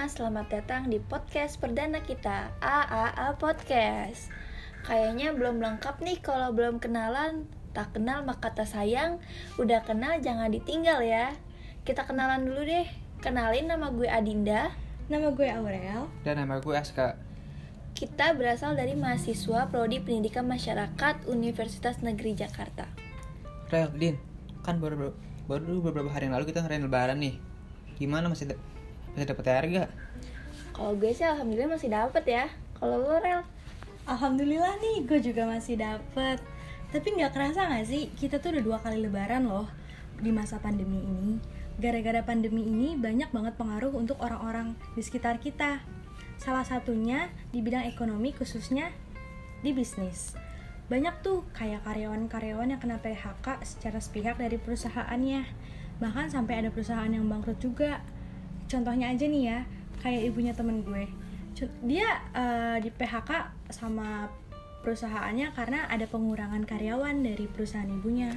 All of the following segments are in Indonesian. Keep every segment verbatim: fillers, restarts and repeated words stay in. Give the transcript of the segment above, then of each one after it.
semua, selamat datang di podcast perdana kita, A A A Podcast. Kayaknya belum lengkap nih kalau belum kenalan. Tak kenal maka tak sayang, udah kenal jangan ditinggal ya. Kita kenalan dulu deh. Kenalin, nama gue Adinda. Nama gue Aurel. Dan nama gue Aska. Kita berasal dari mahasiswa Prodi Pendidikan Masyarakat Universitas Negeri Jakarta. Rel, Din, kan baru baru beberapa hari yang lalu kita ngerayain lebaran nih. Gimana, masih da- masih dapat T H R gak? Kalau gue sih alhamdulillah masih dapet ya. Kalau lo, Rel? Alhamdulillah nih, gue juga masih dapet. Tapi nggak kerasa nggak sih, kita tuh udah dua kali lebaran loh di masa pandemi ini. Gara-gara pandemi ini banyak banget pengaruh untuk orang-orang di sekitar kita. Salah satunya di bidang ekonomi, khususnya di bisnis. Banyak tuh kayak karyawan-karyawan yang kena P H K secara sepihak dari perusahaannya. Bahkan sampai ada perusahaan yang bangkrut juga. Contohnya aja nih ya, kayak ibunya temen gue. Dia uh, di P H K sama perusahaannya karena ada pengurangan karyawan dari perusahaan ibunya.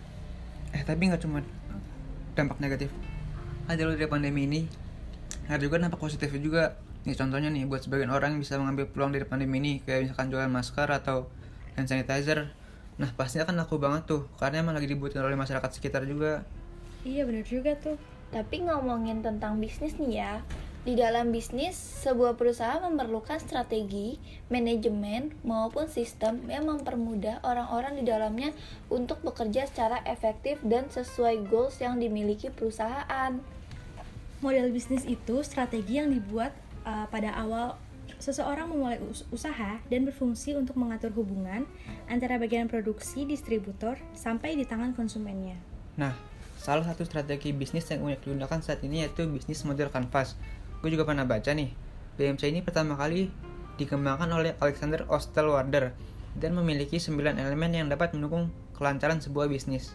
Eh tapi nggak cuma dampak negatif ada loh dari pandemi ini, ada juga dampak positif juga. Nih contohnya nih, buat sebagian orang bisa mengambil peluang dari pandemi ini, kayak misalkan jualan masker atau hand sanitizer. Nah pastinya kan laku banget tuh, karena emang lagi dibutuhin oleh masyarakat sekitar juga. Iya benar juga tuh. Tapi ngomongin tentang bisnis nih ya, di dalam bisnis, sebuah perusahaan memerlukan strategi, manajemen, maupun sistem yang mempermudah orang-orang di dalamnya untuk bekerja secara efektif dan sesuai goals yang dimiliki perusahaan. Model bisnis itu strategi yang dibuat uh, pada awal seseorang memulai us- usaha dan berfungsi untuk mengatur hubungan antara bagian produksi, distributor, sampai di tangan konsumennya. Nah, salah satu strategi bisnis yang unik digunakan saat ini yaitu bisnis model kanvas. Gue juga pernah baca nih, B M C ini pertama kali dikembangkan oleh Alexander Osterwalder dan memiliki sembilan elemen yang dapat mendukung kelancaran sebuah bisnis.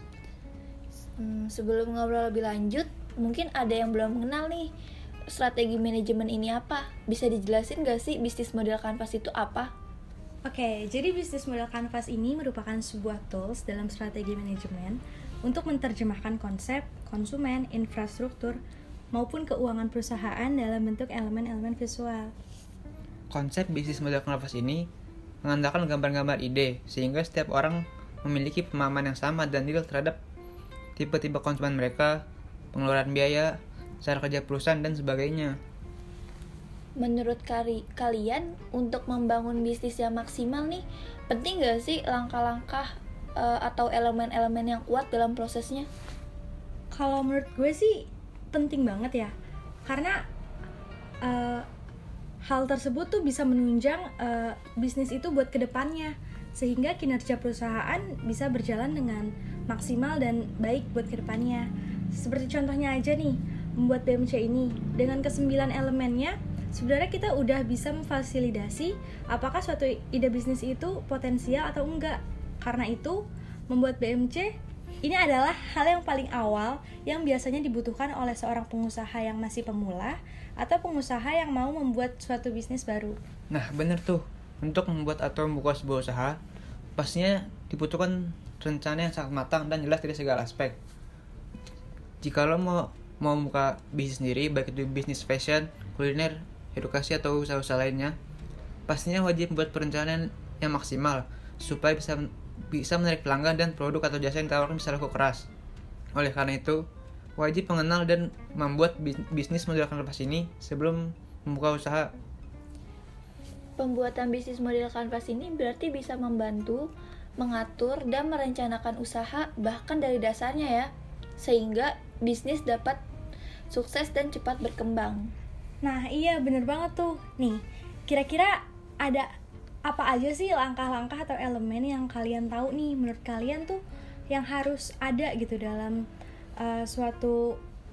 Hmm, sebelum ngobrol lebih lanjut, mungkin ada yang belum mengenal nih strategi manajemen ini apa. Bisa dijelasin gak sih bisnis model kanvas itu apa? Oke, jadi bisnis model kanvas ini merupakan sebuah tools dalam strategi manajemen untuk menerjemahkan konsep, konsumen, infrastruktur, maupun keuangan perusahaan dalam bentuk elemen-elemen visual. Konsep bisnis model kanvas ini mengandalkan gambar-gambar ide, sehingga setiap orang memiliki pemahaman yang sama dan detail terhadap tipe-tipe konsumen mereka, pengeluaran biaya, cara kerja perusahaan, dan sebagainya. Menurut kari, kalian untuk membangun bisnis yang maksimal nih, penting gak sih langkah-langkah uh, atau elemen-elemen yang kuat dalam prosesnya? Kalau menurut gue sih penting banget ya, karena uh, hal tersebut tuh bisa menunjang uh, bisnis itu buat kedepannya, sehingga kinerja perusahaan bisa berjalan dengan maksimal dan baik buat kedepannya. Seperti contohnya aja nih, membuat B M C ini dengan kesembilan elemennya, sebenarnya kita udah bisa memfasilitasi apakah suatu ide bisnis itu potensial atau enggak. Karena itu, membuat B M C ini adalah hal yang paling awal yang biasanya dibutuhkan oleh seorang pengusaha yang masih pemula atau pengusaha yang mau membuat suatu bisnis baru. Nah, bener tuh. Untuk membuat atau membuka sebuah usaha, pastinya dibutuhkan rencana yang sangat matang dan jelas dari segala aspek. Jika lo mau mau membuka bisnis sendiri, baik itu bisnis fashion, kuliner, edukasi, atau usaha-usaha lainnya, pastinya wajib membuat perencanaan yang maksimal supaya bisa bisa menarik pelanggan dan produk atau jasa yang ditawarkan bisa laku keras. Oleh karena itu, wajib mengenal dan membuat bisnis model kanvas ini sebelum membuka usaha. Pembuatan bisnis model kanvas ini berarti bisa membantu mengatur dan merencanakan usaha bahkan dari dasarnya ya, sehingga bisnis dapat sukses dan cepat berkembang. Nah iya bener banget tuh. Nih, kira-kira ada apa aja sih langkah-langkah atau elemen yang kalian tahu nih, menurut kalian tuh yang harus ada gitu dalam uh, suatu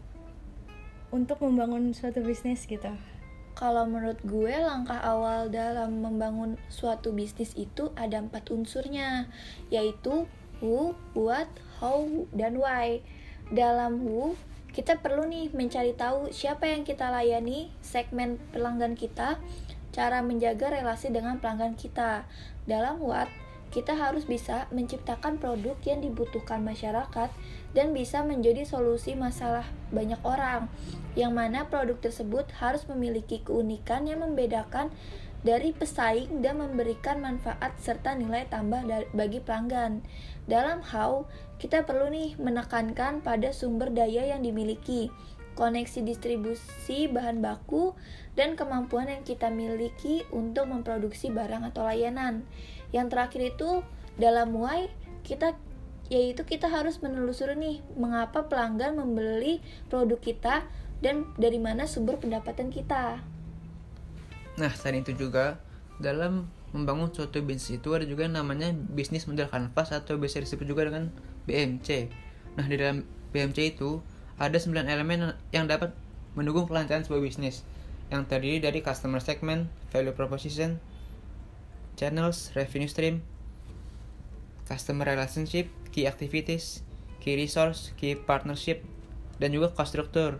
untuk membangun suatu bisnis gitu? Kalau menurut gue, langkah awal dalam membangun suatu bisnis itu ada empat unsurnya, yaitu who, what, how, dan why. Dalam who, kita perlu nih mencari tahu siapa yang kita layani, segmen pelanggan kita, cara menjaga relasi dengan pelanggan kita. Dalam what, kita harus bisa menciptakan produk yang dibutuhkan masyarakat dan bisa menjadi solusi masalah banyak orang, yang mana produk tersebut harus memiliki keunikan yang membedakan dari pesaing dan memberikan manfaat serta nilai tambah bagi pelanggan. Dalam how, kita perlu nih menekankan pada sumber daya yang dimiliki, koneksi distribusi bahan baku, dan kemampuan yang kita miliki untuk memproduksi barang atau layanan. Yang terakhir itu dalam why, kita yaitu kita harus menelusuri nih mengapa pelanggan membeli produk kita dan dari mana sumber pendapatan kita. Nah, selain itu juga dalam membangun suatu bisnis itu ada juga yang namanya bisnis model kanvas atau biasa disebut juga dengan B M C. Nah, di dalam B M C itu ada sembilan elemen yang dapat mendukung kelancaran sebuah bisnis, yang terdiri dari customer segment, value proposition, channels, revenue stream, customer relationship, key activities, key resource, key partnership, dan juga cost structure.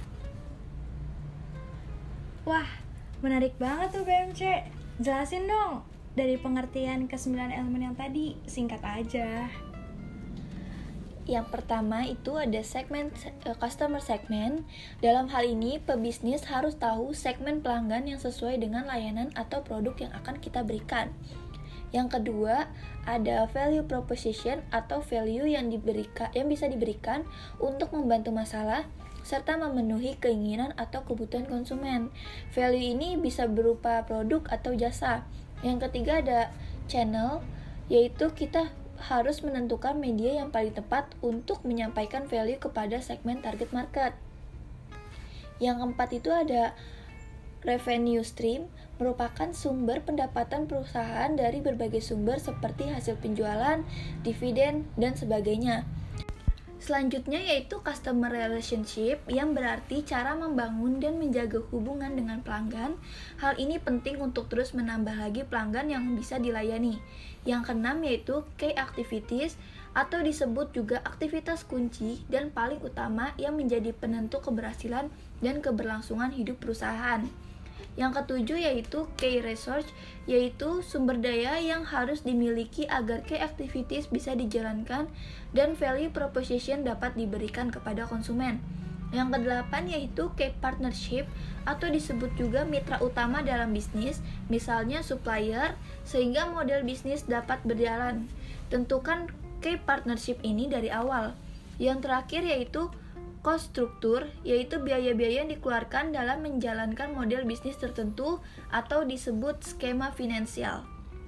Wah, menarik banget tuh B M C. Jelasin dong dari pengertian kesembilan elemen yang tadi, singkat aja. Yang pertama itu ada segmen uh, customer segment. Dalam hal ini, pebisnis harus tahu segmen pelanggan yang sesuai dengan layanan atau produk yang akan kita berikan. Yang kedua, ada value proposition atau value yang diberikan yang bisa diberikan untuk membantu masalah serta memenuhi keinginan atau kebutuhan konsumen. Value ini bisa berupa produk atau jasa. Yang ketiga ada channel, yaitu kita harus menentukan media yang paling tepat untuk menyampaikan value kepada segmen target market. Yang keempat itu ada revenue stream, merupakan sumber pendapatan perusahaan dari berbagai sumber seperti hasil penjualan, dividen, dan sebagainya. Selanjutnya yaitu customer relationship, yang berarti cara membangun dan menjaga hubungan dengan pelanggan. Hal ini penting untuk terus menambah lagi pelanggan yang bisa dilayani. Yang keenam yaitu key activities, atau disebut juga aktivitas kunci dan paling utama yang menjadi penentu keberhasilan dan keberlangsungan hidup perusahaan. Yang ketujuh yaitu key resource, yaitu sumber daya yang harus dimiliki agar key activities bisa dijalankan dan value proposition dapat diberikan kepada konsumen. Yang kedelapan yaitu key partnership, atau disebut juga mitra utama dalam bisnis, misalnya supplier, sehingga model bisnis dapat berjalan. Tentukan key partnership ini dari awal. Yang terakhir yaitu cost struktur, yaitu biaya-biaya yang dikeluarkan dalam menjalankan model bisnis tertentu atau disebut skema finansial.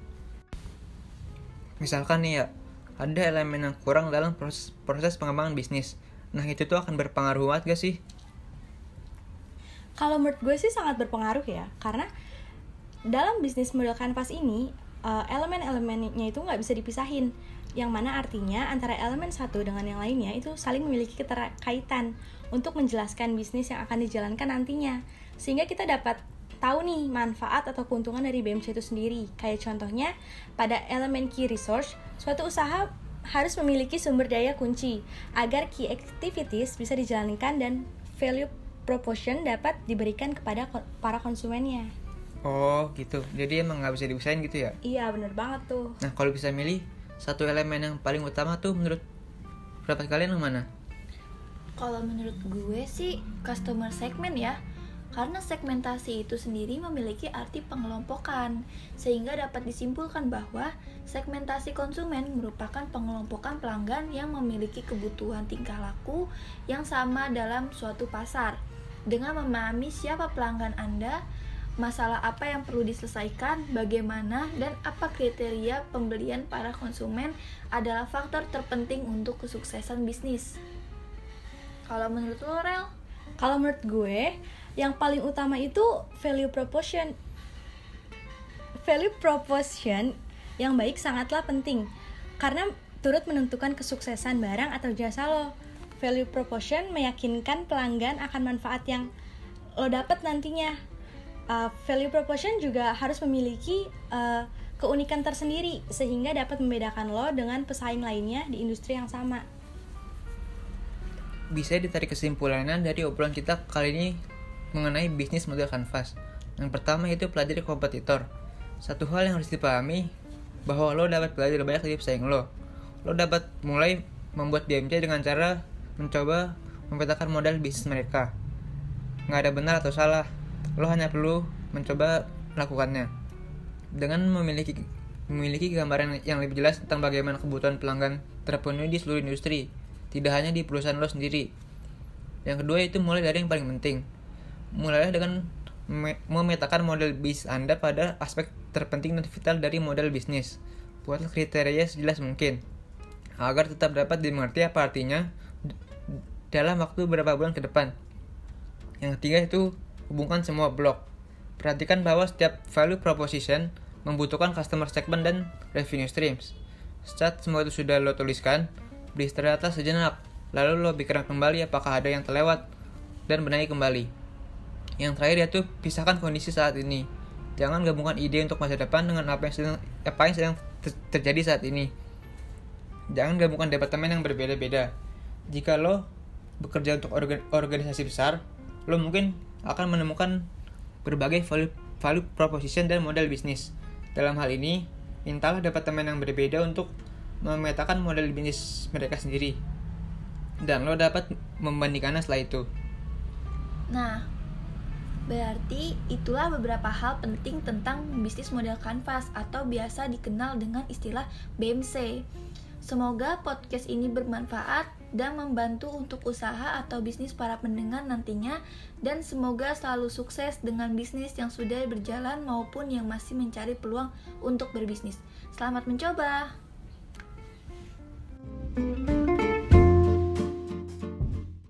Misalkan nih ya, ada elemen yang kurang dalam proses, proses pengembangan bisnis. Nah, itu tuh akan berpengaruh banget gak sih? Kalau menurut gue sih sangat berpengaruh ya, karena dalam bisnis model kanvas ini, elemen-elemennya itu nggak bisa dipisahin, yang mana artinya antara elemen satu dengan yang lainnya itu saling memiliki keterkaitan untuk menjelaskan bisnis yang akan dijalankan nantinya, sehingga kita dapat tahu nih manfaat atau keuntungan dari B M C itu sendiri. Kayak contohnya pada elemen key resource, suatu usaha harus memiliki sumber daya kunci agar key activities bisa dijalankan dan value proposition dapat diberikan kepada para konsumennya. Oh gitu, jadi emang nggak bisa dipisahin gitu ya? Iya, bener banget tuh. Nah, kalau bisa milih satu elemen yang paling utama tuh menurut pendapat kalian yang mana? Kalau menurut gue sih customer segment ya, karena segmentasi itu sendiri memiliki arti pengelompokan, sehingga dapat disimpulkan bahwa segmentasi konsumen merupakan pengelompokan pelanggan yang memiliki kebutuhan tingkah laku yang sama dalam suatu pasar. Dengan memahami siapa pelanggan Anda, masalah apa yang perlu diselesaikan, bagaimana, dan apa kriteria pembelian para konsumen adalah faktor terpenting untuk kesuksesan bisnis. Kalau menurut lo, Rel? Kalau menurut gue, yang paling utama itu value proposition. Value proposition yang baik sangatlah penting, karena turut menentukan kesuksesan barang atau jasa lo. Value proposition meyakinkan pelanggan akan manfaat yang lo dapat nantinya. Uh, value proposition juga harus memiliki uh, keunikan tersendiri sehingga dapat membedakan lo dengan pesaing lainnya di industri yang sama. Bisa ditarik kesimpulannya dari obrolan kita kali ini mengenai bisnis model kanvas. Yang pertama itu pelajari kompetitor. Satu hal yang harus dipahami, bahwa lo dapat belajar banyak dari pesaing lo. Lo dapat mulai membuat B M C dengan cara mencoba memetakan model bisnis mereka. Nggak ada benar atau salah, lo hanya perlu mencoba melakukannya. Dengan memiliki memiliki gambaran yang lebih jelas tentang bagaimana kebutuhan pelanggan terpenuhi di seluruh industri, tidak hanya di perusahaan lo sendiri. Yang kedua itu mulai dari yang paling penting. Mulailah dengan memetakan model bisnis Anda pada aspek terpenting dan vital dari model bisnis. Buatlah kriteria sejelas mungkin agar tetap dapat dimengerti apa artinya dalam waktu beberapa bulan ke depan. Yang ketiga itu hubungkan semua blok. Perhatikan bahwa setiap value proposition membutuhkan customer segment dan revenue streams. Saat semua itu sudah lo tuliskan, beristirahatlah sejenak, lalu lo pikirkan kembali apakah ada yang terlewat dan benahi kembali. Yang terakhir yaitu pisahkan kondisi saat ini. Jangan gabungkan ide untuk masa depan dengan apa yang sedang, apa yang sedang ter- terjadi saat ini. Jangan gabungkan departemen yang berbeda-beda. Jika lo bekerja untuk organ- organisasi besar, lo mungkin akan menemukan berbagai value, value proposition dan model bisnis. Dalam hal ini, mintalah departemen yang berbeda untuk memetakan model bisnis mereka sendiri. Dan lo dapat membandingkannya setelah itu. Nah, berarti itulah beberapa hal penting tentang bisnis model kanvas atau biasa dikenal dengan istilah B M C. Semoga podcast ini bermanfaat dan membantu untuk usaha atau bisnis para pendengar nantinya, dan semoga selalu sukses dengan bisnis yang sudah berjalan maupun yang masih mencari peluang untuk berbisnis. Selamat mencoba!